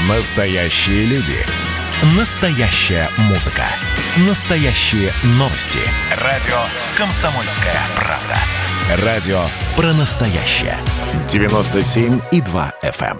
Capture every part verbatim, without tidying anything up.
Настоящие люди. Настоящая музыка. Настоящие новости. Радио «Комсомольская правда». Радио про настоящее. девяносто семь и два эф эм.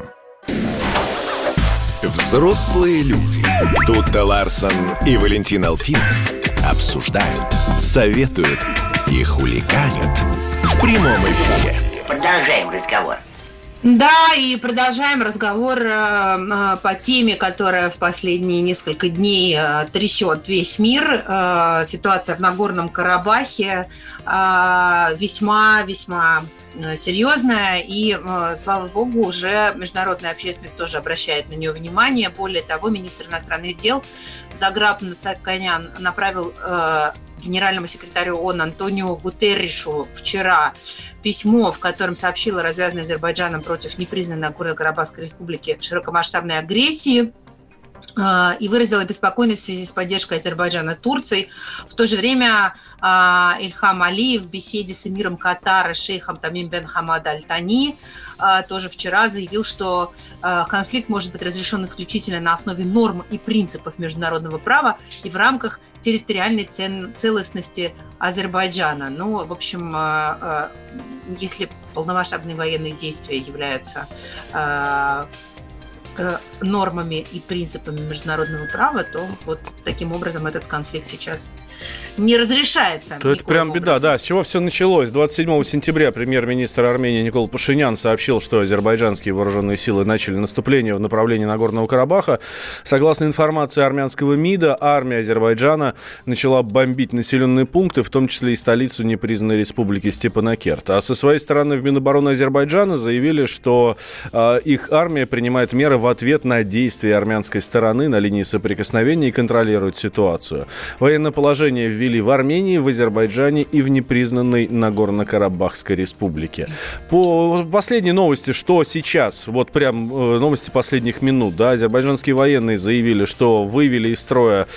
Взрослые люди. Тутта Ларсон и Валентин Алфимов обсуждают, советуют и хулиганят в прямом эфире. Продолжаем разговор. Да, и продолжаем разговор э, по теме, которая в последние несколько дней э, трясет весь мир. Э, ситуация в Нагорном Карабахе весьма-весьма э, серьезная, и, э, слава богу, уже международная общественность тоже обращает на нее внимание. Более того, министр иностранных дел Заграб Нацаканян направил э, генеральному секретарю ООН Антонио Гутерришу вчера письмо, в котором сообщил о развязанной Азербайджаном против непризнанной Нагорно-Карабахской республики широкомасштабной агрессии и выразил обеспокоенность в связи с поддержкой Азербайджана Турцией. В то же время Ильхам Алиев в беседе с эмиром Катара шейхом Тамим бен Хамад Аль-Тани тоже вчера заявил, что конфликт может быть разрешен исключительно на основе норм и принципов международного права и в рамках территориальной целостности Азербайджана. Ну, в общем, если полномасштабные военные действия являются нормами и принципами международного права, то вот таким образом этот конфликт сейчас не разрешается. То это прям беда, образом. Да. С чего все началось? двадцать седьмого сентября премьер-министр Армении Никол Пашинян сообщил, что азербайджанские вооруженные силы начали наступление в направлении Нагорного Карабаха. Согласно информации армянского МИДа, армия Азербайджана начала бомбить населенные пункты, в том числе и столицу непризнанной республики Степанакерт. А со своей стороны в Минобороны Азербайджана заявили, что э, их армия принимает меры в ответ на действия армянской стороны на линии соприкосновения и контролирует ситуацию. Военное положение ввели в Армении, в Азербайджане и в непризнанной Нагорно-Карабахской республике. По последней новости, что сейчас, вот прям э, новости последних минут, да, азербайджанские военные заявили, что вывели из строя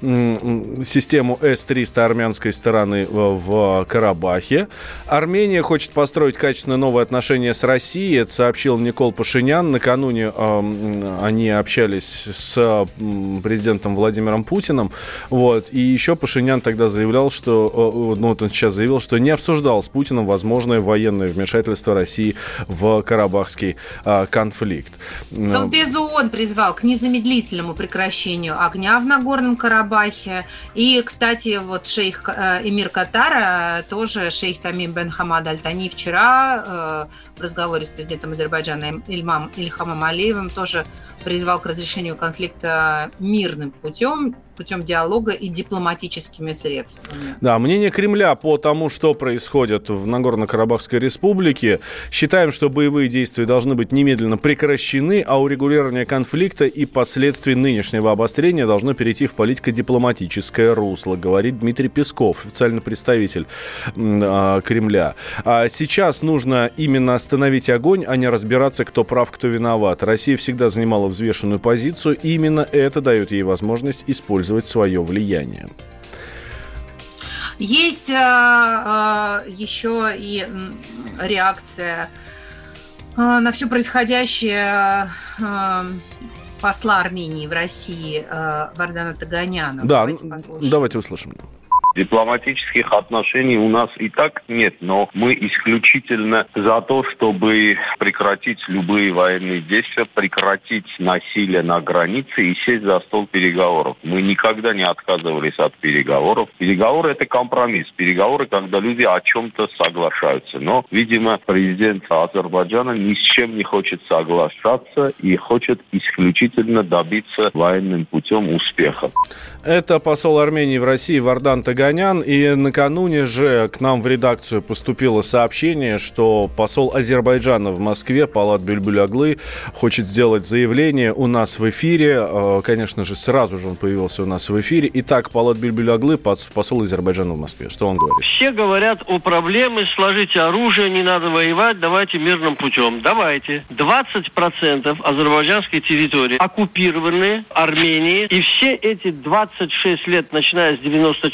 м- систему эс триста армянской стороны в, в Карабахе. Армения хочет построить качественно новые отношения с Россией, это сообщил Никол Пашинян. Накануне э, они общались с президентом Владимиром Путиным, вот, и еще Пашинян тогда заявлял, что, ну вот он сейчас заявил, что не обсуждал с Путиным возможное военное вмешательство России в карабахский а, конфликт. Совбез ООН призвал к незамедлительному прекращению огня в Нагорном Карабахе. И, кстати, вот шейх эмир Катара, тоже шейх Тамим бен Хамад Аль-Тани вчера в разговоре с президентом Азербайджана Ильмам Ильхамом Алиевым тоже призвал к разрешению конфликта мирным путем, путем диалога и дипломатическими средствами. Да, мнение Кремля по тому, что происходит в Нагорно-Карабахской республике. Считаем, что боевые действия должны быть немедленно прекращены, а урегулирование конфликта и последствий нынешнего обострения должно перейти в политико-дипломатическое русло, говорит Дмитрий Песков, официальный представитель э, Кремля. А сейчас нужно именно остановить огонь, а не разбираться, кто прав, кто виноват. Россия всегда занимала взвешенную позицию, и именно это дает ей возможность использовать свое влияние. Есть э, э, еще и реакция э, на все происходящее э, посла Армении в России э, Вардана Таганяна. Да, давайте, давайте услышим. Дипломатических отношений у нас и так нет, но мы исключительно за то, чтобы прекратить любые военные действия, прекратить насилие на границе и сесть за стол переговоров. Мы никогда не отказывались от переговоров. Переговоры – это компромисс. Переговоры, когда люди о чем-то соглашаются. Но, видимо, президент Азербайджана ни с чем не хочет соглашаться и хочет исключительно добиться военным путем успеха. Это посол Армении в России Вардан Таганян. И накануне же к нам в редакцию поступило сообщение, что посол Азербайджана в Москве Полат Бюльбюль-Оглы хочет сделать заявление у нас в эфире. Конечно же, сразу же он появился у нас в эфире. Итак, Полат Бюльбюль-Оглы, посол Азербайджана в Москве. Что он говорит? Все говорят о проблеме, сложите оружие, не надо воевать, давайте мирным путем. Давайте. двадцать процентов азербайджанской территории оккупированы Арменией. И все эти двадцать шесть лет, начиная с девяносто четвёртого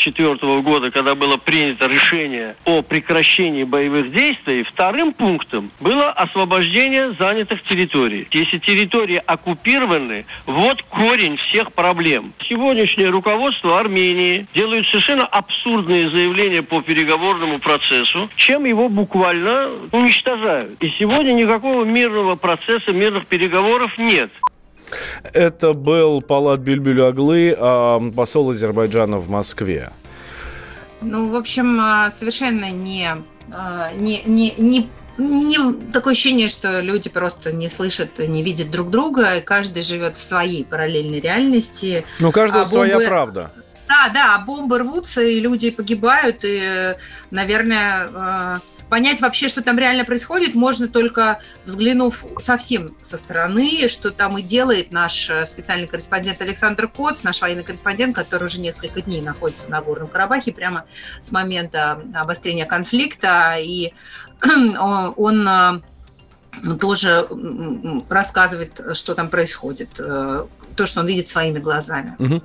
четвёртого года, когда было принято решение о прекращении боевых действий, вторым пунктом было освобождение занятых территорий. Если территории оккупированы, вот корень всех проблем. Сегодняшнее руководство Армении делает совершенно абсурдные заявления по переговорному процессу, чем его буквально уничтожают. И сегодня никакого мирного процесса, мирных переговоров нет. Это был Полат Бюльбюль-Оглы, посол Азербайджана в Москве. Ну, в общем, совершенно не, не, не, не, не такое ощущение, что люди просто не слышат, не видят друг друга, и каждый живет в своей параллельной реальности. Ну, у каждого а своя бомбы... правда. Да, да, бомбы рвутся, и люди погибают, и, наверное... Понять вообще, что там реально происходит, можно только взглянув совсем со стороны, что там и делает наш специальный корреспондент Александр Коц, наш военный корреспондент, который уже несколько дней находится в Нагорном Карабахе, прямо с момента обострения конфликта. И он тоже рассказывает, что там происходит, то, что он видит своими глазами. Угу.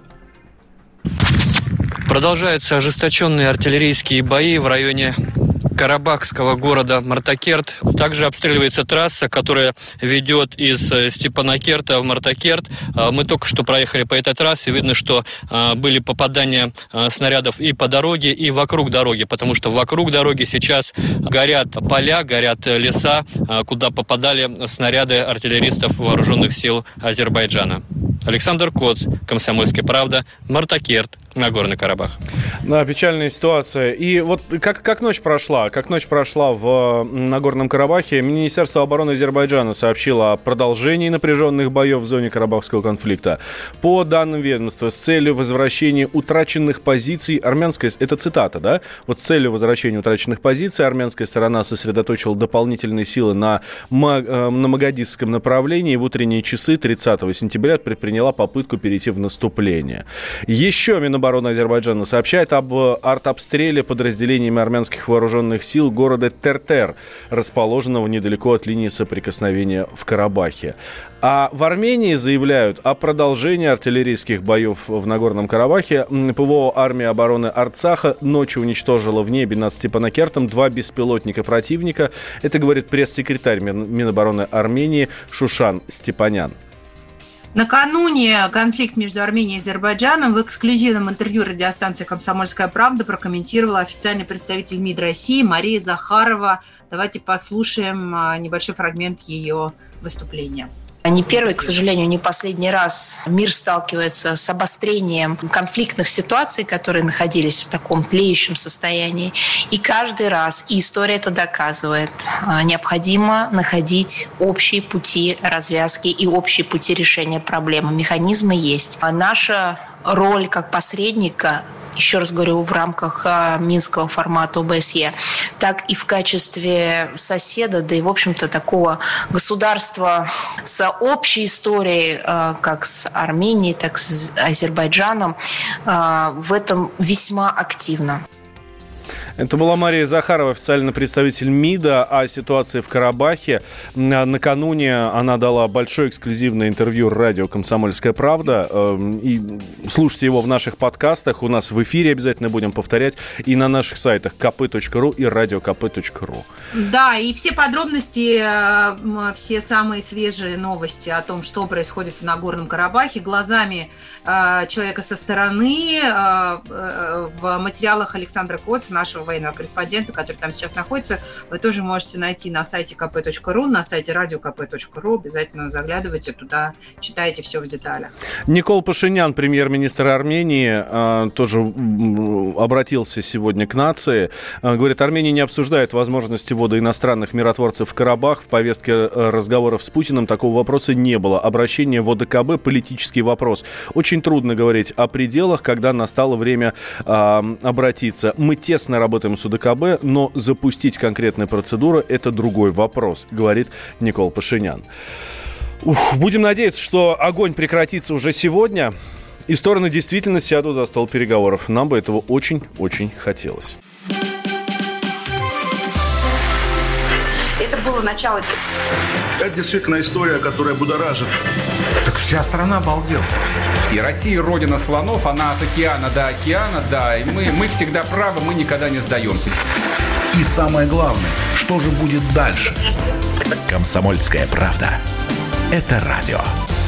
Продолжаются ожесточенные артиллерийские бои в районе карабахского города Мартакерт. Также обстреливается трасса, которая ведет из Степанакерта в Мартакерт. Мы только что проехали по этой трассе. Видно, что были попадания снарядов и по дороге, и вокруг дороги, потому что вокруг дороги сейчас горят поля, горят леса, куда попадали снаряды артиллеристов вооруженных сил Азербайджана. Александр Коц, «Комсомольская правда», Мартакерт, Нагорный Карабах. Да, печальная ситуация. И вот как, как ночь прошла? Как ночь прошла в Нагорном Карабахе? Министерство обороны Азербайджана сообщило о продолжении напряженных боев в зоне карабахского конфликта. По данным ведомства, с целью возвращения утраченных позиций армянская... Это цитата, да? Вот с целью возвращения утраченных позиций армянская сторона сосредоточила дополнительные силы на, на Магадисском направлении. В утренние часы тридцатого сентября предприняла попытку перейти в наступление. Еще Минобороны Азербайджана сообщает об артобстреле подразделениями армянских вооруженных сил города Тертер, расположенного недалеко от линии соприкосновения в Карабахе. А в Армении заявляют о продолжении артиллерийских боев в Нагорном Карабахе. ПВО армии обороны Арцаха ночью уничтожила в небе над Степанакертом два беспилотника противника. Это говорит пресс-секретарь Минобороны Армении Шушан Степанян. Накануне конфликт между Арменией и Азербайджаном в эксклюзивном интервью радиостанции «Комсомольская правда» прокомментировала официальный представитель МИД России Мария Захарова. Давайте послушаем небольшой фрагмент ее выступления. Не первый, к сожалению, не последний раз мир сталкивается с обострением конфликтных ситуаций, которые находились в таком тлеющем состоянии. И каждый раз, и история это доказывает, необходимо находить общие пути развязки и общие пути решения проблемы. Механизмы есть. А наша роль как посредника, еще раз говорю, в рамках минского формата ОБСЕ, так и в качестве соседа, да и, в общем-то, такого государства с общей историей, как с Арменией, так и с Азербайджаном, в этом весьма активно. Это была Мария Захарова, официальный представитель МИДа о ситуации в Карабахе. Накануне она дала большое эксклюзивное интервью радио «Комсомольская правда». И слушайте его в наших подкастах. У нас в эфире обязательно будем повторять. И на наших сайтах ка пэ точка ру и радио ка пэ точка ру. Да, и все подробности, все самые свежие новости о том, что происходит в Нагорном Карабахе, глазами человека со стороны в материалах Александра Коца, нашего военного корреспондента, который там сейчас находится, вы тоже можете найти на сайте ка пэ точка ру, на сайте радио ка пэ точка ру. Обязательно заглядывайте туда, читайте все в деталях. Никол Пашинян, премьер-министр Армении, тоже обратился сегодня к нации. Говорит, Армения не обсуждает возможности ввода иностранных миротворцев в Карабах. В повестке разговоров с Путиным такого вопроса не было. Обращение в о дэ ка бэ – политический вопрос. Очень трудно говорить о пределах, когда настало время э, обратиться. Мы тесно работаем с о дэ ка бэ, но запустить конкретные процедуры – это другой вопрос, говорит Никол Пашинян. Ух, будем надеяться, что огонь прекратится уже сегодня, и стороны действительно сядут за стол переговоров. Нам бы этого очень-очень хотелось. Это было начало... Это действительно история, которая будоражит. Так вся страна обалдела. И Россия родина слонов, она от океана до океана, да. И мы, мы всегда правы, мы никогда не сдаемся. И самое главное, что же будет дальше? «Комсомольская правда». Это радио.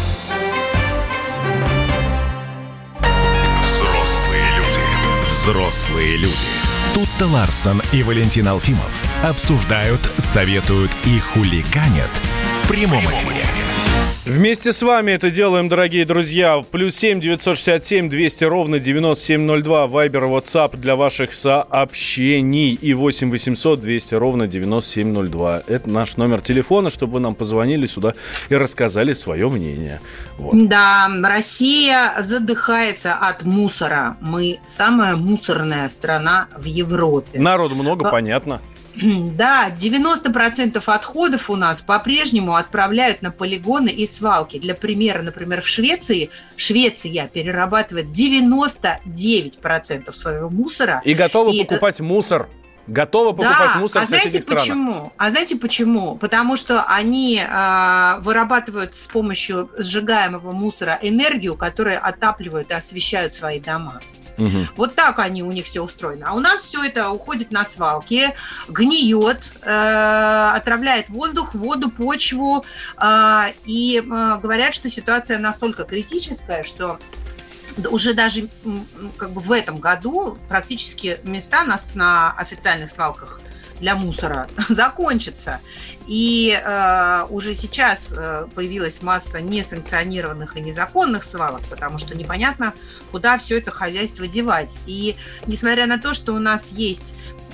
Взрослые люди. Взрослые люди. Тут-то Ларсон и Валентин Алфимов обсуждают, советуют и хулиганят в прямом эфире. Вместе с вами это делаем, дорогие друзья. Плюс семь девятьсот шестьдесят семь двести ровно девяносто семь ноль два. Вайбер, WhatsApp для ваших сообщений. И восемь восемьсот двести ровно девяносто семь ноль два. Это наш номер телефона, чтобы вы нам позвонили сюда и рассказали свое мнение. Вот. Да, Россия задыхается от мусора. Мы самая мусорная страна в Европе. Народу много, а... понятно. Да, девяносто процентов отходов у нас по-прежнему отправляют на полигоны и свалки. Для примера, например, в Швеции, Швеция перерабатывает девяносто девять процентов своего мусора. И готова и покупать это... мусор. Готовы покупать да, мусор а в соседних странах. Почему? А знаете почему? Потому что они э, вырабатывают с помощью сжигаемого мусора энергию, которая отапливает и освещают свои дома. Угу. Вот так они у них все устроено. А у нас все это уходит на свалки, гниет, э, отравляет воздух, воду, почву. Э, и э, говорят, что ситуация настолько критическая, что уже даже как бы в этом году практически места нас на официальных свалках для мусора закончатся. И э, уже сейчас э, появилась масса несанкционированных и незаконных свалок, потому что непонятно, куда все это хозяйство девать. И несмотря на то, что у нас есть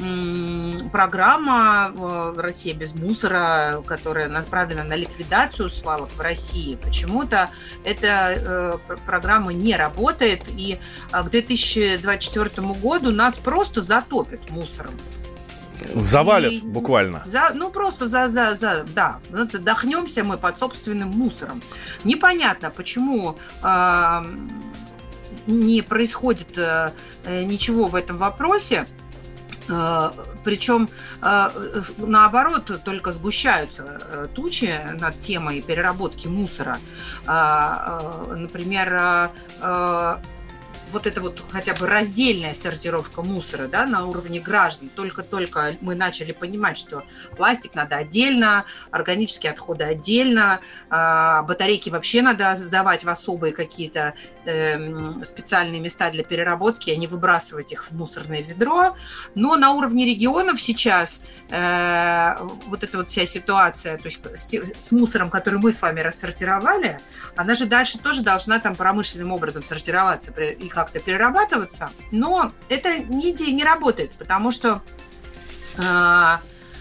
м- программа э, «Россия без мусора», которая направлена на ликвидацию свалок в России, почему-то эта э, программа не работает, и э, к две тысячи двадцать четвёртому году нас просто затопят мусором. Завалят и, буквально. За, ну, просто за, за, за, да, задохнемся мы под собственным мусором. Непонятно, почему э, не происходит э, ничего в этом вопросе. Э, причем, э, наоборот, только сгущаются э, тучи над темой переработки мусора. Э, э, например, э, вот это вот хотя бы раздельная сортировка мусора, да, на уровне граждан. Только-только мы начали понимать, что пластик надо отдельно, органические отходы отдельно, батарейки вообще надо сдавать в особые какие-то э, специальные места для переработки, а не выбрасывать их в мусорное ведро. Но на уровне регионов сейчас э, вот эта вот вся ситуация, то есть с, с мусором, который мы с вами рассортировали, она же дальше тоже должна там промышленным образом сортироваться и как-то перерабатываться, но это не, не работает, потому что э,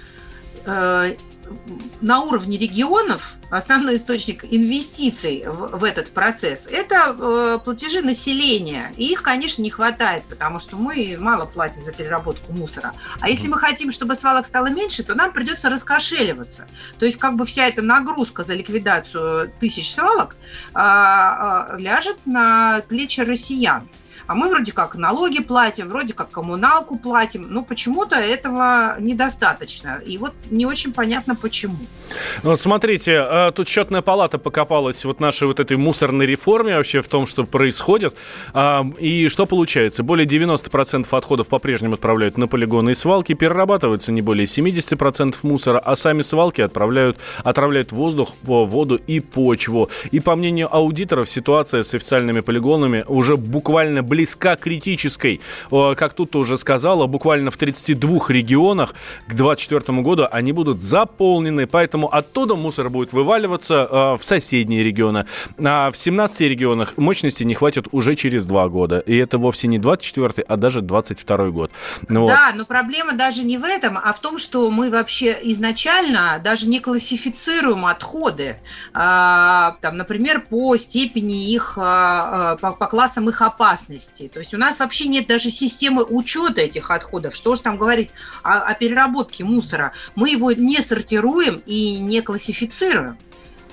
э, на уровне регионов основной источник инвестиций в, в этот процесс – это э, платежи населения. И их, конечно, не хватает, потому что мы мало платим за переработку мусора. А если мы хотим, чтобы свалок стало меньше, то нам придется раскошеливаться. То есть как бы вся эта нагрузка за ликвидацию тысяч свалок э, э, ляжет на плечи россиян. А мы вроде как налоги платим, вроде как коммуналку платим, но почему-то этого недостаточно. И вот не очень понятно, почему. Вот смотрите, тут счетная палата покопалась вот нашей вот этой мусорной реформе вообще в том, что происходит. И что получается? Более девяносто процентов отходов по-прежнему отправляют на полигоны и свалки, перерабатывается не более семьдесят процентов мусора, а сами свалки отправляют, отравляют воздух, воду и почву. И по мнению аудиторов, ситуация с официальными полигонами уже буквально близка к критической. Как тут уже сказала, буквально в тридцати двух регионах к двадцать четвёртому году они будут заполнены, поэтому оттуда мусор будет вываливаться в соседние регионы. А в семнадцати регионах мощности не хватит уже через два года. И это вовсе не двадцать четвёртый, а даже двадцать второй год. Вот. Да, но проблема даже не в этом, а в том, что мы вообще изначально даже не классифицируем отходы, а, там, например, по степени их, а, по, по классам их опасности. То есть у нас вообще нет даже системы учета этих отходов. Что же там говорить о, о переработке мусора? Мы его не сортируем и не классифицируем.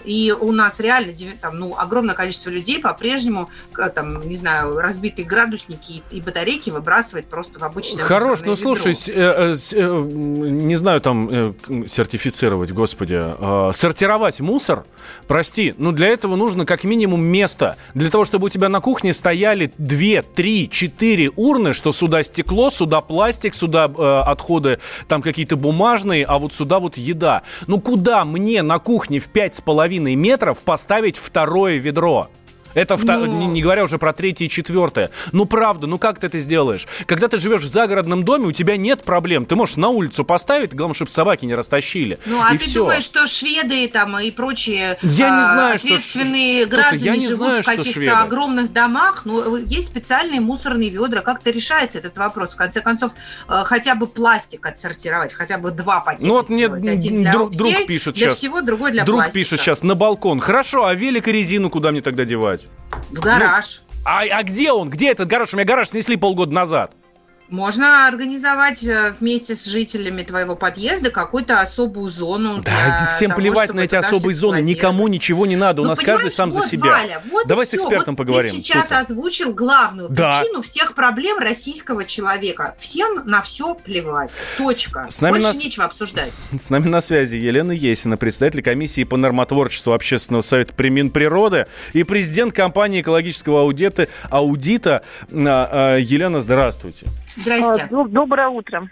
И у нас реально там, ну, огромное количество людей по-прежнему, там, не знаю, разбитые градусники и батарейки выбрасывает просто в обычное Хорош, ну, ведро. слушай, э, э, не знаю, там, э, сертифицировать, господи, э, сортировать мусор, прости, но для этого нужно как минимум место. Для того, чтобы у тебя на кухне стояли две, три, четыре урны, что сюда стекло, сюда пластик, сюда э, отходы там какие-то бумажные, а вот сюда вот еда. Ну куда мне на кухне в пять с половиной метров поставить второе ведро? Это вто... Но... не, не говоря уже про третье и четвертое. Ну, правда, ну как ты это сделаешь? Когда ты живешь в загородном доме, у тебя нет проблем. Ты можешь на улицу поставить, главное, чтобы собаки не растащили. Ну, а и ты все. думаешь, что шведы там и прочие я не знаю, ответственные что... граждане я не живут знаю, в каких-то шведы. огромных домах? Ну, есть специальные мусорные ведра. Как-то решается этот вопрос. В конце концов, хотя бы пластик отсортировать, хотя бы два пакета ну, вот сделать. Мне Один для друг, всей, друг пишет для сейчас. всего, другой для друг пластика. пишет сейчас на балкон. Хорошо, а велик и резину куда мне тогда девать? В гараж. Ну, а, а где он? Где этот гараж? У меня гараж снесли полгода назад. Можно организовать вместе с жителями твоего подъезда какую-то особую зону. Да, всем того, плевать на эти особые зоны. Никому ничего не надо. У ну, нас каждый сам вот, за себя. Валя, вот давай с все. экспертом вот поговорим. Ты сейчас Супер. озвучил главную да. причину всех проблем российского человека. Всем на все плевать. Точка. С, с нами Больше на... нечего обсуждать. С нами на связи Елена Есина, председатель комиссии по нормотворчеству Общественного совета при Минприроды и президент компании экологического аудита, аудита. Елена, здравствуйте. Здрасте. Доброе утро.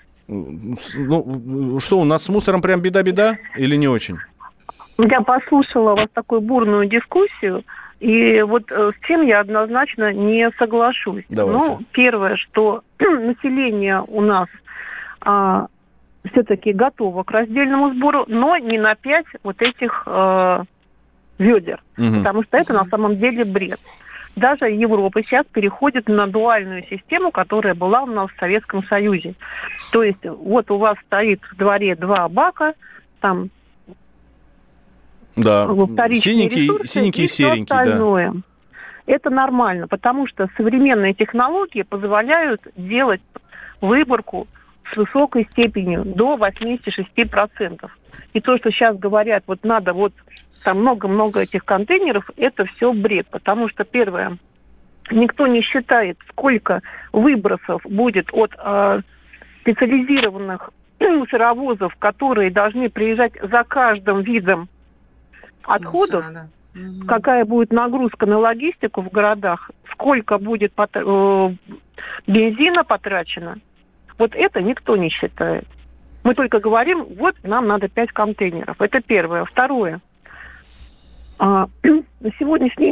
Ну, что, у нас с мусором прям беда-беда или не очень? Я послушала у вас такую бурную дискуссию, и вот с чем я однозначно не соглашусь. Давайте. Ну, первое, что население у нас а, все-таки готово к раздельному сбору, но не на пять вот этих а, ведер, угу. потому что это на самом деле бред. Даже Европа сейчас переходит на дуальную систему, которая была у нас в Советском Союзе. То есть вот у вас стоит в дворе два бака, там да. вторичные синенький, ресурсы синенький и серенький, все остальное. Да. Это нормально, потому что современные технологии позволяют делать выборку с высокой степенью, до восемьдесят шесть процентов. И то, что сейчас говорят, вот надо вот там много-много этих контейнеров, это все бред. Потому что, первое, никто не считает, сколько выбросов будет от э, специализированных мусоровозов, которые должны приезжать за каждым видом отходов, Мусора, да. угу. какая будет нагрузка на логистику в городах, сколько будет пот- э, бензина потрачено. Вот это никто не считает. Мы только говорим, вот нам надо пять контейнеров. Это первое. Второе. А, на, сегодняшний,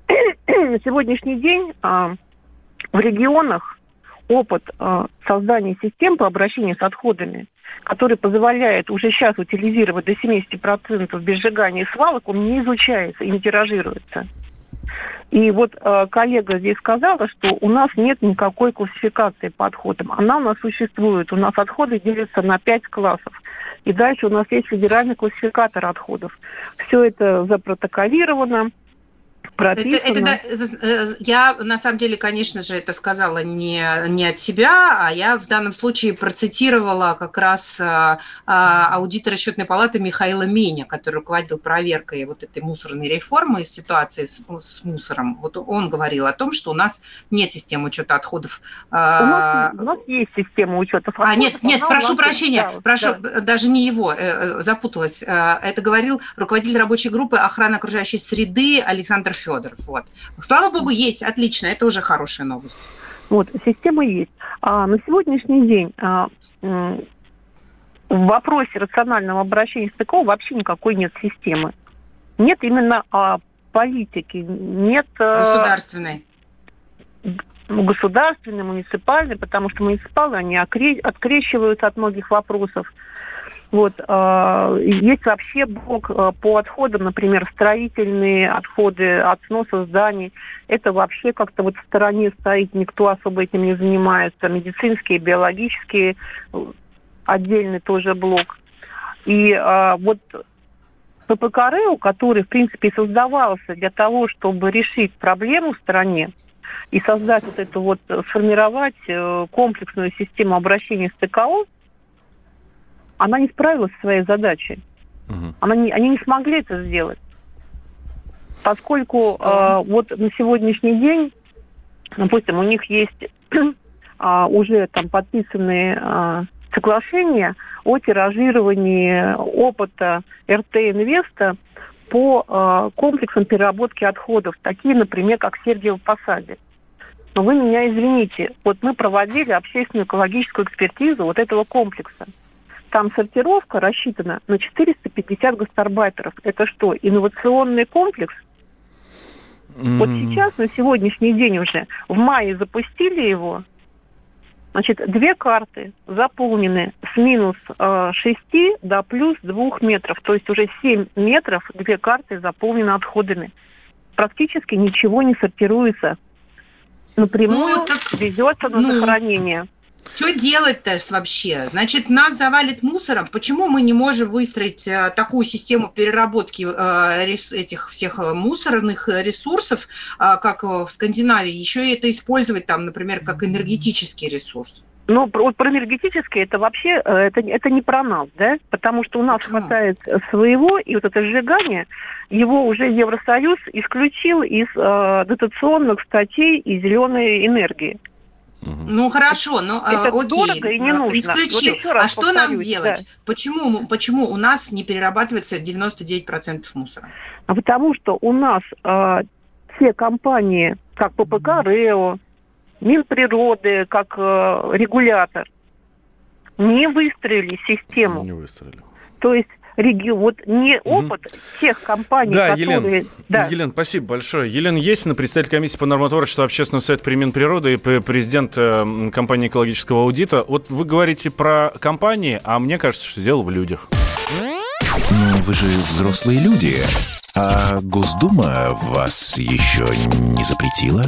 на сегодняшний день а, в регионах опыт а, создания систем по обращению с отходами, который позволяет уже сейчас утилизировать до семьдесят процентов без сжигания свалок, он не изучается и не тиражируется. И вот э, коллега здесь сказала, что у нас нет никакой классификации по отходам. Она у нас существует. У нас отходы делятся на пять классов. И дальше у нас есть федеральный классификатор отходов. Все это запротоколировано, прописано. Это, это, это, я, на самом деле, конечно же, это сказала не, не от себя, а я в данном случае процитировала как раз а, а, аудитора Счетной палаты Михаила Меня, который руководил проверкой вот этой мусорной реформы и ситуации с, с мусором. Вот он говорил о том, что у нас нет системы учета отходов. А, у, нас, у нас есть система учета отходов. А, нет, нет, прошу прощения, да, прошу, да. даже не его, запуталась. Это говорил руководитель рабочей группы охраны окружающей среды Александр Федоров. Федоров. Вот. Слава богу, есть, отлично, это уже хорошая новость. Вот, система есть. А на сегодняшний день а, м, в вопросе рационального обращения с ТКО вообще никакой нет системы. Нет именно а, политики, нет... Государственной. А, государственной, муниципальной, потому что муниципалы, они окре- открещиваются от многих вопросов. Вот, э, есть вообще блок э, по отходам, например, строительные отходы от сноса зданий. Это вообще как-то вот в стороне стоит, никто особо этим не занимается. Медицинские, биологические, отдельный тоже блок. И э, вот ППК-РЭО, который, в принципе, создавался для того, чтобы решить проблему в стране и создать вот эту вот, сформировать э, комплексную систему обращения с ТКО, она не справилась со своей задачей. Угу. Она не, они не смогли это сделать. поскольку э, вот на сегодняшний день, допустим, у них есть э, уже там подписанные э, соглашения о тиражировании опыта эр тэ Инвеста по э, комплексам переработки отходов, такие, например, как Сергиево Посаде. Но вы меня извините, вот мы проводили общественную экологическую экспертизу вот этого комплекса. Там сортировка рассчитана на четыреста пятьдесят гастарбайтеров. Это что, инновационный комплекс? Mm-hmm. Вот сейчас, на сегодняшний день уже, в мае запустили его. Значит, две карты заполнены с минус э, шести до плюс двух метров. То есть уже семь метров две карты заполнены отходами. Практически ничего не сортируется. Напрямую ну, так, везется на ну, захоронение. Что делать-то вообще? Значит, нас завалит мусором. Почему мы не можем выстроить а, такую систему переработки а, рес, этих всех мусорных ресурсов, а, как в Скандинавии, еще и это использовать там, например, как энергетический ресурс? Ну, про, про энергетическое это вообще это, это не про нас, да? Потому что у нас Почему? хватает своего, и вот это сжигание, его уже Евросоюз исключил из э, дотационных статей и зеленой энергии. Ну хорошо, но это окей, дорого и не нужно. Исключил. Вот а что нам делать? Да. Почему, почему у нас не перерабатывается девяносто девять процентов мусора? А потому что у нас э, все компании, как пэ пэ ка РЭО, Минприроды, как э, регулятор, не выстроили систему. Не выстроили. То есть реги... вот не опыт угу. тех компаний, да, которые... Елена, да, Елена, спасибо большое. Елена Есина, председатель комиссии по нормотворчеству Общественного совета при Минприроды и президент э, компании экологического аудита. Вот вы говорите про компании, а мне кажется, что дело в людях. Ну, вы же взрослые люди. А Госдума вас еще не запретила?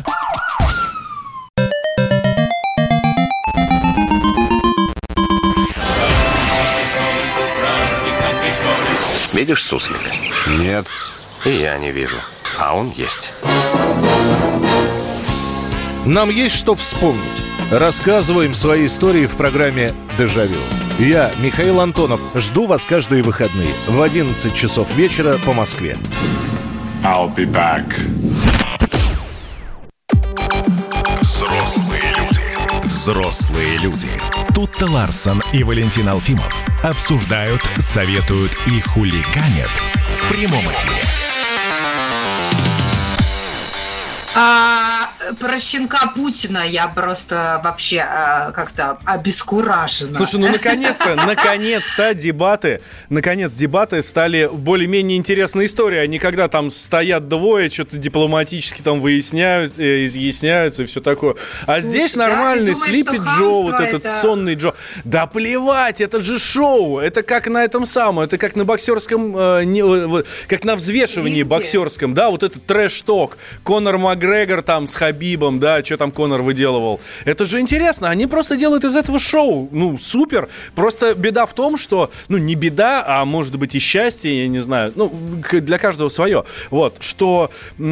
Видишь суслика? Нет. И я не вижу. А он есть. Нам есть что вспомнить. Рассказываем свои истории в программе «Дежавю». Я, Михаил Антонов, жду вас каждые выходные в одиннадцать часов вечера по Москве. I'll be back. Взрослые люди. Взрослые люди. Тут-то Ларсон и Валентин Алфимов обсуждают, советуют и хулиганят в прямом эфире. А, про щенка Путина я просто вообще а, как-то обескуражена. Слушай, ну наконец-то, наконец-то дебаты, наконец дебаты стали более-менее интересной историей, а не когда там стоят двое, что-то дипломатически там выясняют, э, изъясняются и все такое. А Слушай, здесь нормальный да? Слипи Джо, вот этот это... сонный Джо. Да плевать, это же шоу, это как на этом самом, это как на боксерском, э, не, э, как на взвешивании Ринге. боксерском, да, вот этот трэш-ток, Конор Макгрегор там с Хабибом, да, что там Конор выделывал. Это же интересно, они просто делают из этого шоу, ну, супер. Просто беда в том, что, ну, не беда, а может быть и счастье, я не знаю, ну, для каждого свое, вот, что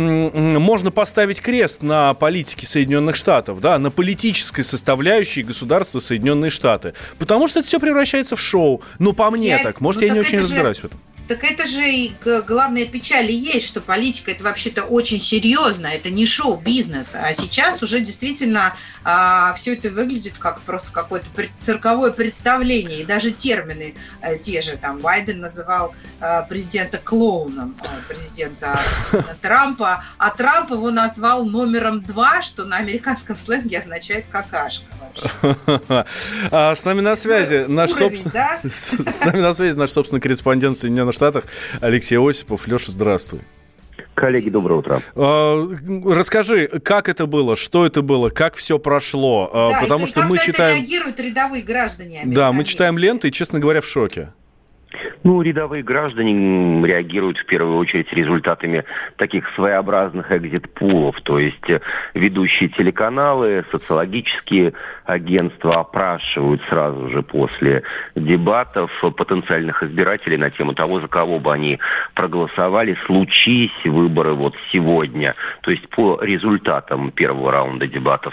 м- можно поставить крест на политике Соединенных Штатов, да, на политической составляющей государства Соединенные Штаты, потому что это все превращается в шоу, ну, по мне я, так, может, ну, я не очень же... разбираюсь в этом. Так это же и главная печаль и есть, что политика – это вообще-то очень серьезно, это не шоу-бизнес. А сейчас уже действительно а, все это выглядит как просто какое-то цирковое представление. И даже термины а, те же, там, Байден называл а, президента клоуном, а, президента Трампа, а Трамп его назвал номером два, что на американском сленге означает какашка вообще. С нами на связи наш собственный... С нами на связи наш собственный корреспондент в Соединенных Штатах Алексей Осипов. Леша, здравствуй. Коллеги, доброе утро. Расскажи, как это было, что это было, как все прошло, да, потому и что как мы на читаем... это реагируют рядовые граждане. Да, мы читаем ленты и, честно говоря, в шоке. Ну, рядовые граждане реагируют в первую очередь результатами таких своеобразных экзит-пулов, то есть ведущие телеканалы, социологические агентства опрашивают сразу же после дебатов потенциальных избирателей на тему того, за кого бы они проголосовали, случись выборы вот сегодня, то есть по результатам первого раунда дебатов.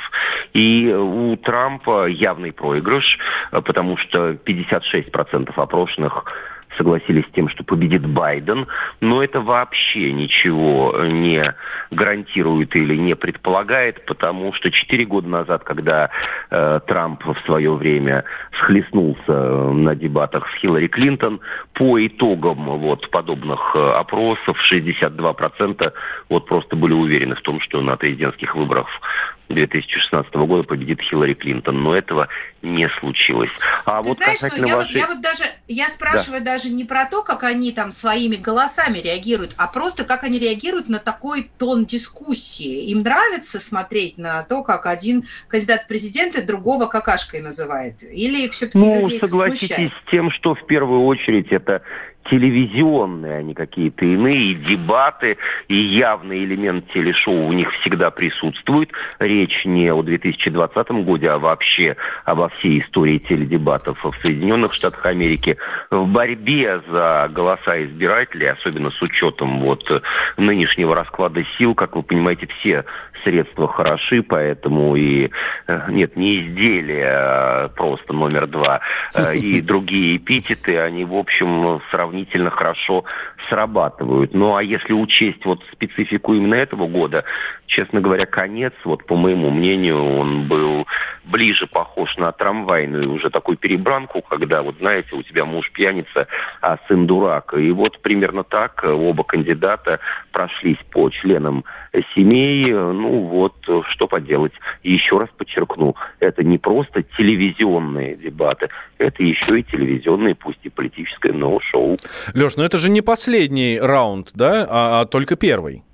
И у Трампа явный проигрыш, потому что пятьдесят шесть процентов опрошенных согласились с тем, что победит Байден, но это вообще ничего не гарантирует или не предполагает, потому что четыре года назад, когда э, Трамп в свое время схлестнулся на дебатах с Хиллари Клинтон, по итогам вот подобных э, опросов шестьдесят два процента вот просто были уверены в том, что на президентских выборах две тысячи шестнадцатого года победит Хиллари Клинтон, но этого не случилось. А Ты вот знаешь, касательно что я, вашей... вот, я вот даже, я спрашиваю да. даже не про то, как они там своими голосами реагируют, а просто как они реагируют на такой тон дискуссии. Им нравится смотреть на то, как один кандидат в президенты другого какашкой называет? Или все-таки ну, людей это смущает? Ну, согласитесь с тем, что в первую очередь это телевизионные, а не какие-то иные дебаты, и явный элемент телешоу у них всегда присутствует. Речь не о две тысячи двадцатом годе, а вообще обо всей истории теледебатов в Соединенных Штатах Америки. В борьбе за голоса избирателей, особенно с учетом вот нынешнего расклада сил, как вы понимаете, все средства хороши, поэтому и нет, не изделия, а просто номер два, и другие эпитеты, они, в общем, сравнительно сравнительно хорошо срабатывают. Ну, а если учесть вот специфику именно этого года, честно говоря, конец, вот по моему мнению, он был ближе похож на трамвайную уже такую перебранку, когда, вот знаете, у тебя муж пьяница, а сын дурак. И вот примерно так оба кандидата прошлись по членам семей. Ну, вот, что поделать. Еще раз подчеркну, это не просто телевизионные дебаты, это еще и телевизионные, пусть и политическое, но шоу. Леш, ну это же не последний раунд, да, а, а только первый.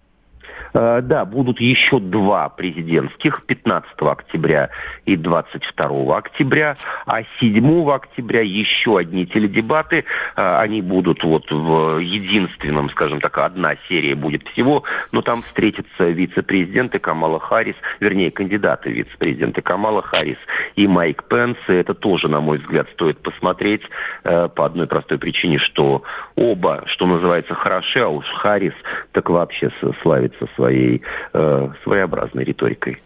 Да, будут еще два президентских, пятнадцатого октября и двадцать второго октября, а седьмого октября еще одни теледебаты. Они будут вот в единственном, скажем так, одна серия будет всего, но там встретятся вице-президенты Камала Харрис, вернее, кандидаты вице-президенты Камала Харрис и Майк Пенс. И это тоже, на мой взгляд, стоит посмотреть по одной простой причине, что оба, что называется, хороши, а уж Харрис так вообще славится своей э, своеобразной риторикой.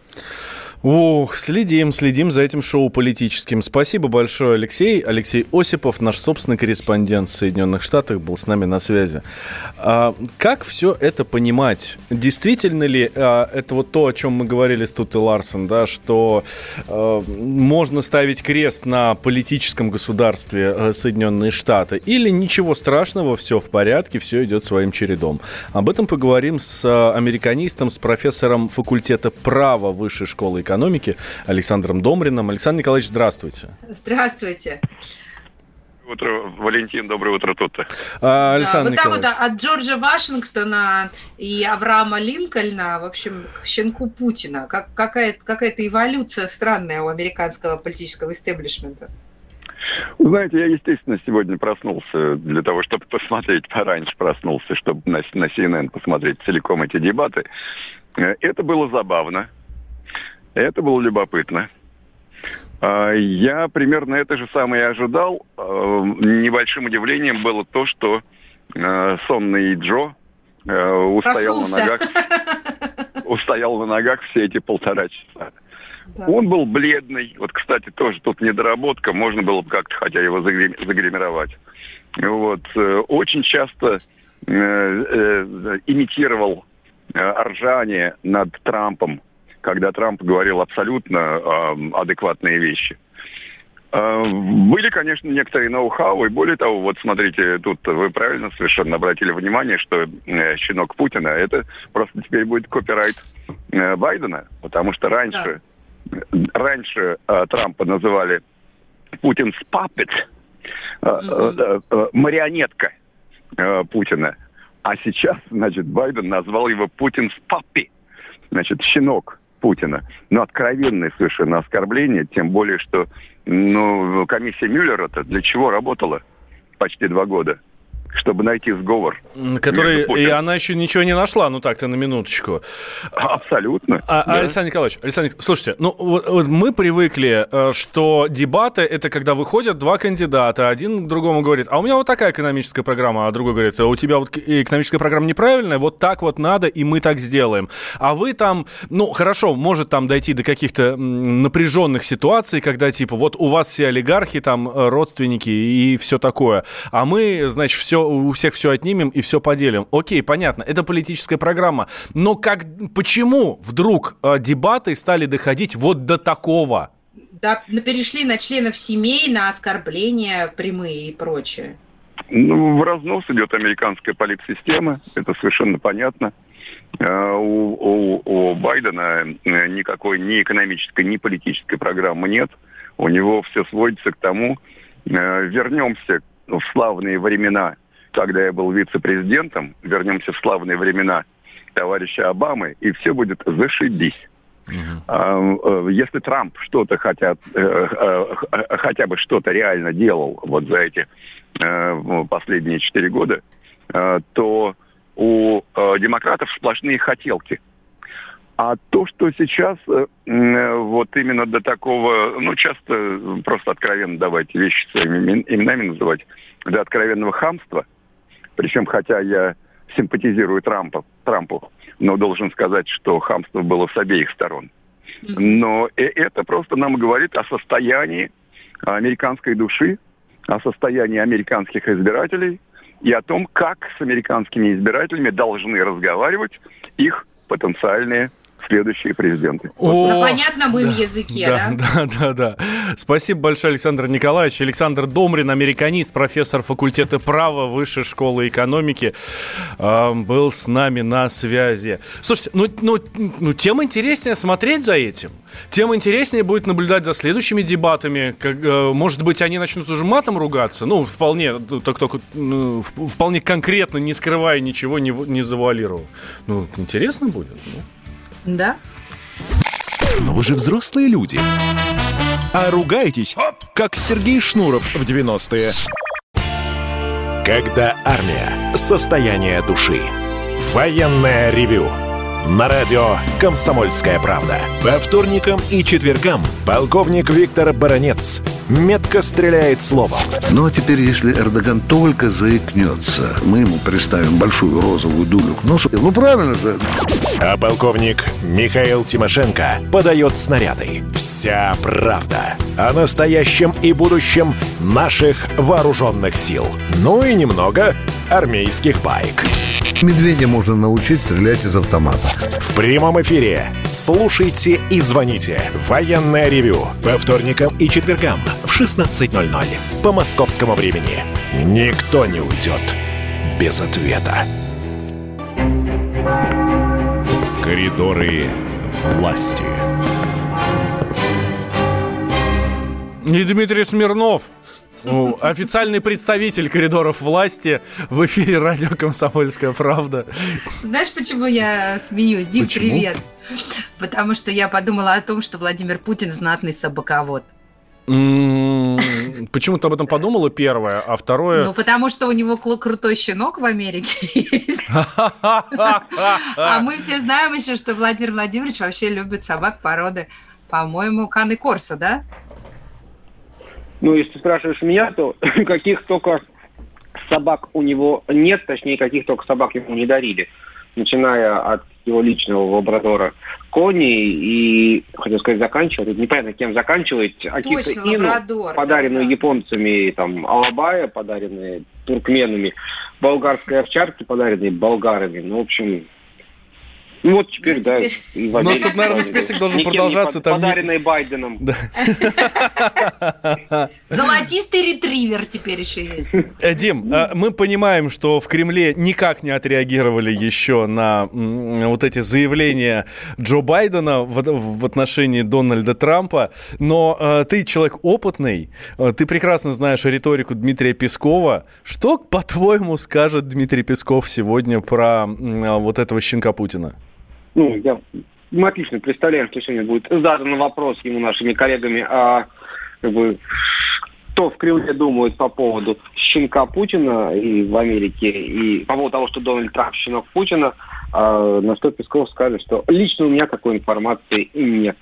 Ух, следим, следим за этим шоу политическим. Спасибо большое, Алексей. Алексей Осипов, наш собственный корреспондент в Соединенных Штатах, был с нами на связи. А, как все это понимать? Действительно ли а, это вот то, о чем мы говорили с Туттой Ларсен, да, что а, можно ставить крест на политическом государстве а, Соединенные Штаты? Или ничего страшного, все в порядке, все идет своим чередом? Об этом поговорим с а, американистом, с профессором факультета права Высшей школы экономики экономики Александром Домриным. Александр Николаевич, здравствуйте. Здравствуйте. Доброе утро, Валентин. Доброе утро, Тутта. А, Александр да, вот Николаевич. так вот от Джорджа Вашингтона и Авраама Линкольна, в общем, к щенку Путина. Как, какая, какая-то эволюция странная у американского политического истеблишмента. Вы знаете, я, естественно, сегодня проснулся для того, чтобы посмотреть, пораньше проснулся, чтобы на, на си эн эн посмотреть целиком эти дебаты. Это было забавно. Это было любопытно. Я примерно это же самое и ожидал. Небольшим удивлением было то, что сонный Джо устоял на ногах, устоял на ногах все эти полтора часа. Да. Он был бледный. Вот, кстати, тоже тут недоработка. Можно было бы как-то хотя его загримировать. Вот. Очень часто имитировал ржание над Трампом, когда Трамп говорил абсолютно э, адекватные вещи. Э, были, конечно, некоторые ноу-хау, и более того, вот смотрите, тут вы правильно совершенно обратили внимание, что э, щенок Путина, это просто теперь будет копирайт э, Байдена, потому что раньше, да. раньше э, Трампа называли Путин's puppet, э, э, э, марионетка э, Путина, а сейчас, значит, Байден назвал его Путин's puppy, значит, щенок Путина. Но откровенное совершенно оскорбление, тем более, что ну, комиссия Мюллера-то для чего работала почти два года? чтобы найти сговор. Который, и она еще ничего не нашла, ну так-то на минуточку. Абсолютно. А, да. Александр Николаевич, Александр, слушайте, ну вот, вот мы привыкли, что дебаты — это когда выходят два кандидата, один к другому говорит, а у меня вот такая экономическая программа, а другой говорит, а у тебя вот экономическая программа неправильная, вот так вот надо, и мы так сделаем. А вы там, ну хорошо, может там дойти до каких-то напряженных ситуаций, когда типа вот у вас все олигархи, там родственники и все такое, а мы, значит, все у всех все отнимем и все поделим. Окей, понятно, это политическая программа. Но как, почему вдруг э, дебаты стали доходить вот до такого? Да, перешли на членов семей, на оскорбления прямые и прочее. Ну, в разнос идет американская политсистема, это совершенно понятно. Uh, у, у, у Байдена никакой ни экономической, ни политической программы нет. У него все сводится к тому, uh, вернемся в славные времена, когда я был вице-президентом, вернемся в славные времена товарища Обамы, и все будет зашибись. Uh-huh. Если Трамп что-то хотят, хотя бы что-то реально делал вот за эти последние четыре года, то у демократов сплошные хотелки. А то, что сейчас вот именно до такого, ну, часто просто откровенно давайте вещи своими именами называть, до откровенного хамства, причем, хотя я симпатизирую Трампа, Трампу, но должен сказать, что хамство было с обеих сторон. Но это просто нам говорит о состоянии американской души, о состоянии американских избирателей и о том, как с американскими избирателями должны разговаривать их потенциальные следующие президенты. О, на понятном им да, языке, да? Да, да, да, да. Спасибо большое, Александр Николаевич. Александр Домрин, американист, профессор факультета права Высшей школы экономики, э, был с нами на связи. Слушайте, ну, ну, ну, тем интереснее смотреть за этим. Тем интереснее будет наблюдать за следующими дебатами. Как, э, может быть, они начнут уже матом ругаться. Ну, вполне, так, так, ну, вполне конкретно, не скрывая ничего, не, не завуалировав. Ну, интересно будет, ну. Да. Но вы же взрослые люди. А ругаетесь, как Сергей Шнуров в девяностые. Когда армия. Состояние души. Военное ревю. На радио «Комсомольская правда». По вторникам и четвергам полковник Виктор Баранец метко стреляет словом. Ну а теперь, если Эрдоган только заикнется, мы ему приставим большую розовую дулю к носу. Ну правильно же. А полковник Михаил Тимошенко подает снаряды. Вся правда о настоящем и будущем наших вооруженных сил. Ну и немного армейских баек. Медведя можно научить стрелять из автомата. В прямом эфире слушайте и звоните. Военное ревю по вторникам и четвергам в шестнадцать ноль ноль по московскому времени. Никто не уйдет без ответа. Коридоры власти. И Дмитрий Смирнов, официальный представитель коридоров власти, в эфире радио «Комсомольская правда». Знаешь, почему я смеюсь? Дим, почему? Привет. Потому что я подумала о том, что Владимир Путин знатный собаковод. М-м-м, почему ты об этом подумала, первое, а второе... Ну, потому что у него крутой щенок в Америке есть. А мы все знаем еще, что Владимир Владимирович вообще любит собак породы, по-моему, Кан и Корсо, да? Ну, если ты спрашиваешь меня, то каких только собак у него нет, точнее, каких только собак ему не дарили. Начиная от его личного лабрадора Кони и, хотел сказать, заканчивая, тут непонятно, кем заканчивать, Акита Ину, подаренную да, да. японцами, там, Алабая, подаренные туркменами, болгарской овчарки, подаренные болгарами. Ну, в общем... Ну вот теперь, ну, да. Теперь... Но тут, наверное, список должен Никем продолжаться. Под, там подаренный не... Байденом. Да. Золотистый ретривер теперь еще есть. Дим, мы понимаем, что в Кремле никак не отреагировали еще на вот эти заявления Джо Байдена в, в отношении Дональда Трампа, но ты человек опытный, ты прекрасно знаешь риторику Дмитрия Пескова. Что, по-твоему, скажет Дмитрий Песков сегодня про вот этого щенка Путина? Ну, я, мы отлично представляем, что сегодня будет задан вопрос ему нашими коллегами о как бы, что в Кремле думают по поводу щенка Путина и в Америке, и по поводу того, что Дональд Трамп щенок Путина, а на что Песков скажет, что лично у меня такой информации нет.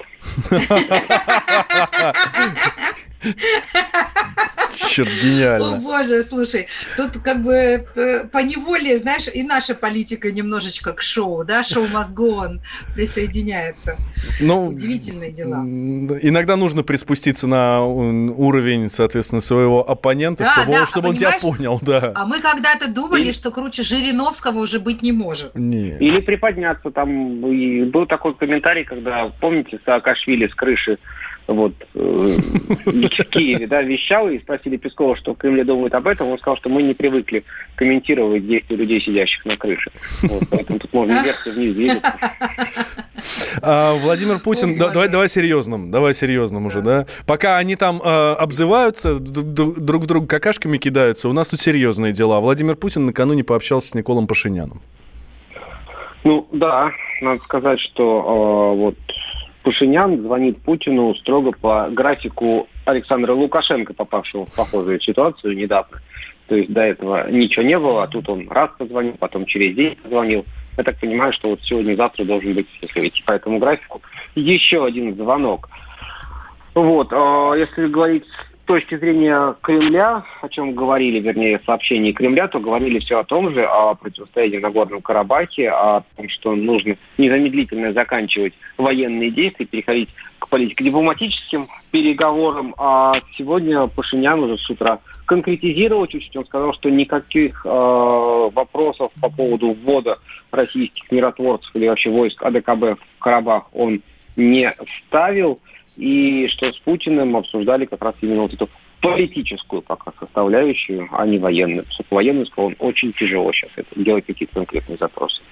Черт, гениально. О, боже, слушай, тут как бы поневоле, знаешь, и наша политика немножечко к шоу, да, шоу must go on присоединяется. Ну, удивительные дела. Иногда нужно приспуститься на уровень, соответственно, своего оппонента, да, чтобы, да, чтобы он тебя понял, да. А мы когда-то думали, и... что круче Жириновского уже быть не может. Нет. Или приподняться. Там был такой комментарий, когда, помните, Саакашвили с крыши вот, э, в Киеве, да, вещал, и спросили Пескова, что в Кремле думают об этом, он сказал, что мы не привыкли комментировать действия людей, сидящих на крыше. Вот, поэтому тут можно вверх и вниз двигаться. А, Владимир Путин, да, давай, давай серьезным, давай серьезным уже, да. Пока они там э, обзываются, друг в друга какашками кидаются, у нас тут серьезные дела. Владимир Путин накануне пообщался с Николом Пашиняном. Ну, да, надо сказать, что э, вот Пашинян звонит Путину строго по графику Александра Лукашенко, попавшего в похожую ситуацию недавно. То есть до этого ничего не было, а тут он раз позвонил, потом через день позвонил. Я так понимаю, что вот сегодня-завтра должен быть, если идти по этому графику, еще один звонок. Вот, э, если говорить с точки зрения Кремля, о чем говорили, вернее, сообщения Кремля, то говорили все о том же, о противостоянии в Нагорном Карабахе, о том, что нужно незамедлительно заканчивать военные действия, переходить к политико-дипломатическим переговорам. А сегодня Пашинян уже с утра конкретизировал чуть-чуть. Он сказал, что никаких э, вопросов по поводу ввода российских миротворцев или вообще войск АДКБ в Карабах он не ставил. И что с Путиным обсуждали как раз именно вот эту политическую пока составляющую, а не военную. Потому что военную, сказал он, очень тяжело сейчас это делать какие-то конкретные запросы.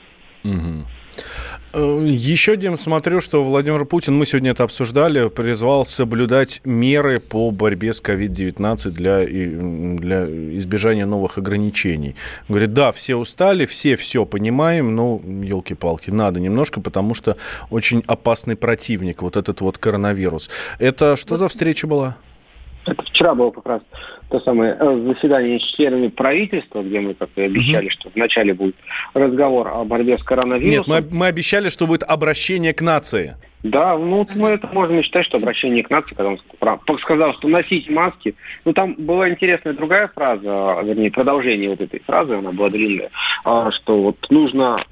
Угу. Еще, Дим, смотрю, что Владимир Путин, мы сегодня это обсуждали, призвал соблюдать меры по борьбе с ковид девятнадцать для, для избежания новых ограничений. Говорит, да, все устали, все все понимаем, но, елки-палки, надо немножко, потому что очень опасный противник, вот этот вот коронавирус. Это что за встреча была? Это вчера было как раз то самое заседание с членами правительства, где мы, как и обещали, угу. что вначале будет разговор о борьбе с коронавирусом. Нет, мы, мы обещали, что будет обращение к нации. Да, ну мы это можем считать, что обращение к нации, когда он сказал, что носить маски. Ну там была интересная другая фраза, вернее, продолжение вот этой фразы, она была длинная, что вот нужно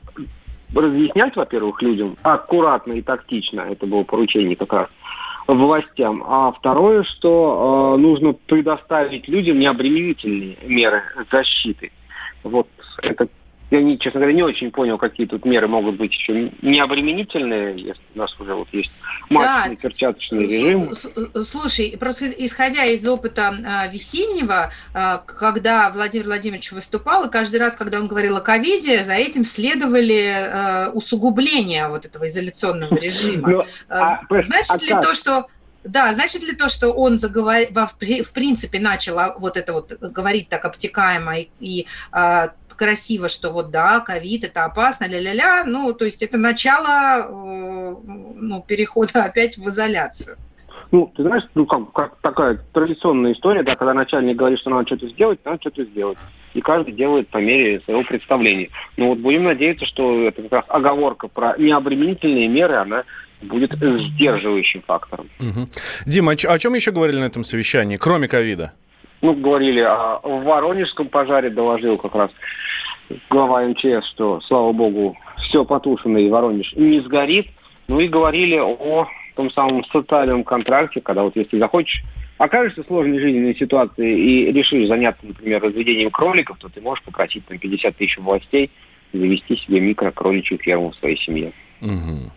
разъяснять, во-первых, людям аккуратно и тактично, это было поручение как раз властям. А второе, что э, нужно предоставить людям необременительные меры защиты. Вот это, я, не, честно говоря, не очень понял, какие тут меры могут быть еще необременительные, если у нас уже вот есть масочный, да, перчаточный режим. Слушай, просто исходя из опыта э, весеннего, э, когда Владимир Владимирович выступал, и каждый раз, когда он говорил о ковиде, за этим следовали э, усугубления вот этого изоляционного режима. Значит ли то, что... Да, значит ли то, что он заговор... в принципе начал вот это вот говорить так обтекаемо и, и а, красиво, что вот да, ковид, это опасно, ля-ля-ля, ну, то есть это начало э, ну, перехода опять в изоляцию? Ну, ты знаешь, ну, как, как такая традиционная история, да, когда начальник говорит, что надо что-то сделать, надо что-то сделать. И каждый делает по мере своего представления. Ну, вот будем надеяться, что это как раз оговорка про необременительные меры, она будет сдерживающим фактором. Угу. Дима, о чем еще говорили на этом совещании, кроме ковида? Ну, говорили о Воронежском пожаре, доложил как раз глава эм че эс, что, слава богу, все потушено и Воронеж не сгорит. Ну и говорили о том самом социальном контракте, когда вот если захочешь, окажешься в сложной жизненной ситуации и решишь заняться, например, разведением кроликов, то ты можешь попросить там пятьдесят тысяч властей завести себе микрокроличью ферму в своей семье. Угу.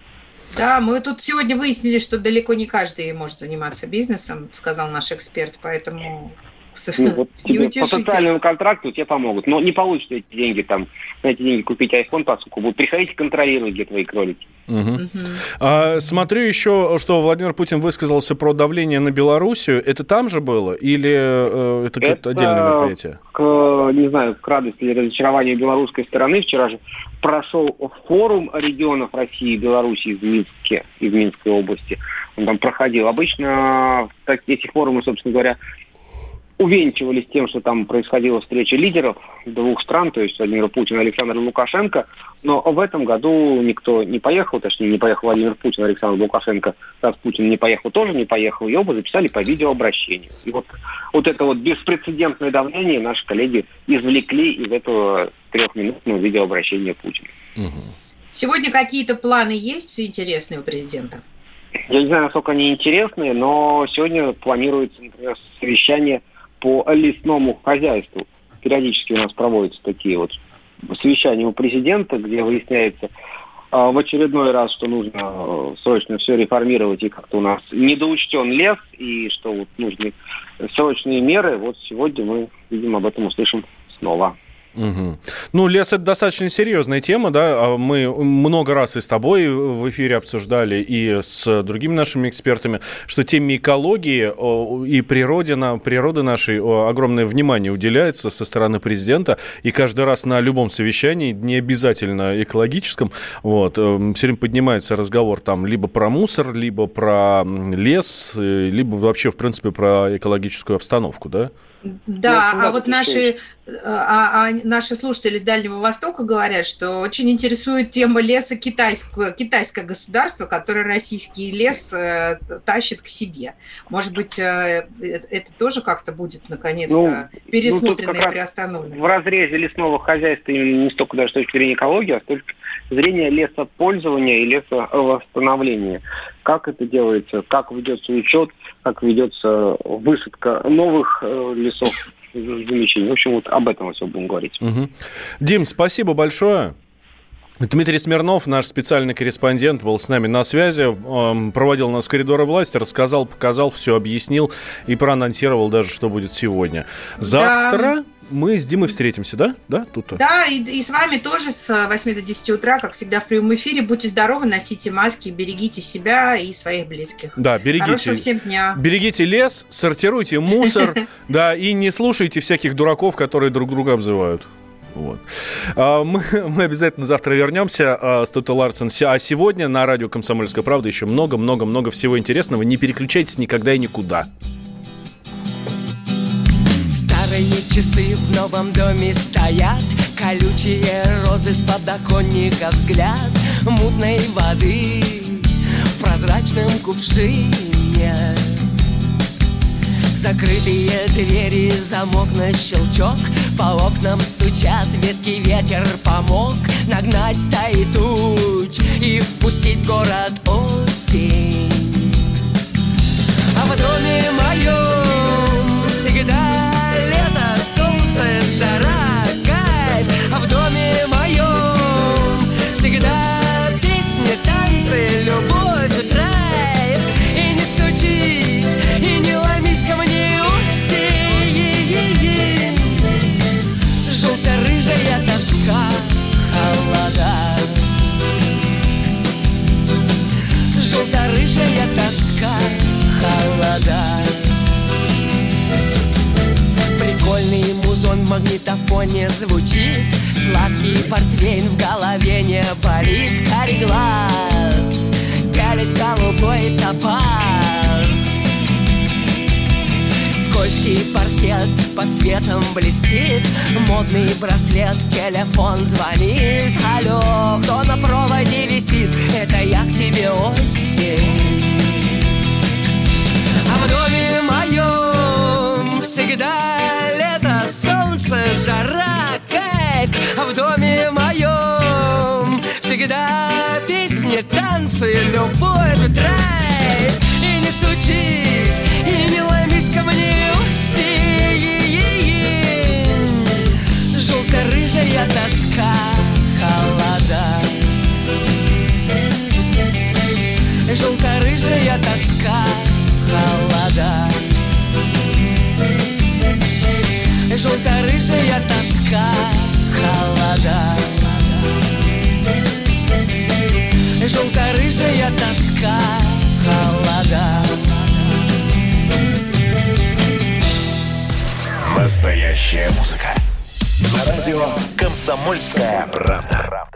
Да, мы тут сегодня выяснили, что далеко не каждый может заниматься бизнесом, сказал наш эксперт, поэтому Ну, вот тебе по социальному контракту тебе помогут. Но не получишь эти деньги, там, на эти деньги купить айфон, поскольку будут приходить и контролировать, где твои кролики. Угу. Угу. А, смотрю еще, что Владимир Путин высказался про давление на Белоруссию. Это там же было? Или э, это какое-то отдельное мероприятие? К, не знаю, к радости или разочарованию белорусской стороны. Вчера же прошел форум регионов России и Беларуси в Минске, из Минской области. Он там проходил. Обычно эти форумы, собственно говоря, увенчивались тем, что там происходила встреча лидеров двух стран, то есть Владимира Путина и Александра Лукашенко, но в этом году никто не поехал, точнее, не поехал Владимир Путин, Александр Лукашенко, раз Путин не поехал, тоже не поехал, и оба записали по видеообращению. И вот, вот это вот беспрецедентное давление наши коллеги извлекли из этого трехминутного видеообращения Путина. Угу. Сегодня какие-то планы есть все интересные у президента? Я не знаю, насколько они интересные, но сегодня планируется, например, совещание по лесному хозяйству. Периодически у нас проводятся такие вот совещания у президента, где выясняется э, в очередной раз, что нужно э, срочно все реформировать, и как-то у нас недоучтен лес, и что вот нужны срочные меры. Вот сегодня мы, видимо, об этом услышим снова. Угу. Ну, лес – это достаточно серьезная тема, да, мы много раз и с тобой в эфире обсуждали, и с другими нашими экспертами, что теме экологии и природе, на, природы нашей огромное внимание уделяется со стороны президента, и каждый раз на любом совещании, не обязательно экологическом, вот, все время поднимается разговор там либо про мусор, либо про лес, либо вообще, в принципе, про экологическую обстановку, да? Да, ну, а вот наши, а, а наши слушатели с Дальнего Востока говорят, что очень интересует тема леса китайского, китайское государство, которое российский лес э, тащит к себе. Может быть, э, это тоже как-то будет, наконец-то, ну, пересмотрено ну, и приостановлено? В разрезе лесного хозяйства именно не столько даже с точки зрения экологии, а с точки зрения лесопользования и лесовосстановления. Как это делается, как ведется учет, как ведется высадка новых э, лесов, замечаний. В общем, вот об этом мы все будем говорить. Угу. Дим, спасибо большое. Дмитрий Смирнов, наш специальный корреспондент, был с нами на связи, проводил нас в коридоры власти, рассказал, показал, все объяснил и проанонсировал даже, что будет сегодня. Завтра да. мы с Димой встретимся, да? Да, тут. Да, и, и с вами тоже с восьми до десяти утра, как всегда, в прямом эфире. Будьте здоровы, носите маски, берегите себя и своих близких. Да, берегите. Хорошего всем дня. Берегите лес, сортируйте мусор, да, и не слушайте всяких дураков, которые друг друга обзывают. Вот. Мы, мы обязательно завтра вернемся с Тутой Ларсен. А сегодня на радио «Комсомольская правда» еще много-много-много всего интересного. Не переключайтесь никогда и никуда. Старые часы в новом доме стоят, колючие розы с подоконника, взгляд мутной воды в прозрачном кувшине. Закрытые двери, замок на щелчок, по окнам стучат ветки, ветер помог нагнать стаи туч и впустить в город осень. А в доме моем всегда лето, солнце, жара, кайф. А в доме моем всегда песни, танцы, любовь, драйв. И не стучись, и не ломись ко мне осень. Желто-рыжая тоска, холода. Желто-рыжая тоска, холода. Прикольный музон в магнитофоне звучит, сладкий портвейн в голове не болит. Карий глаз пялит голубой топаз. Скользкий паркет под светом блестит, модный браслет, телефон звонит. Алло, кто на проводе висит? Это я к тебе, осень. А в доме моем всегда лето, солнце, жара, кайф. А в доме моем всегда песни, танцы, любовь, драйв. И не стучись, и не ломись ко мне осень. Желто-рыжая тоска, холода. Желто-рыжая тоска, холода. тоска, холода. Желто-рыжая тоска, холода. Настоящая музыка. На радио «Комсомольская правда».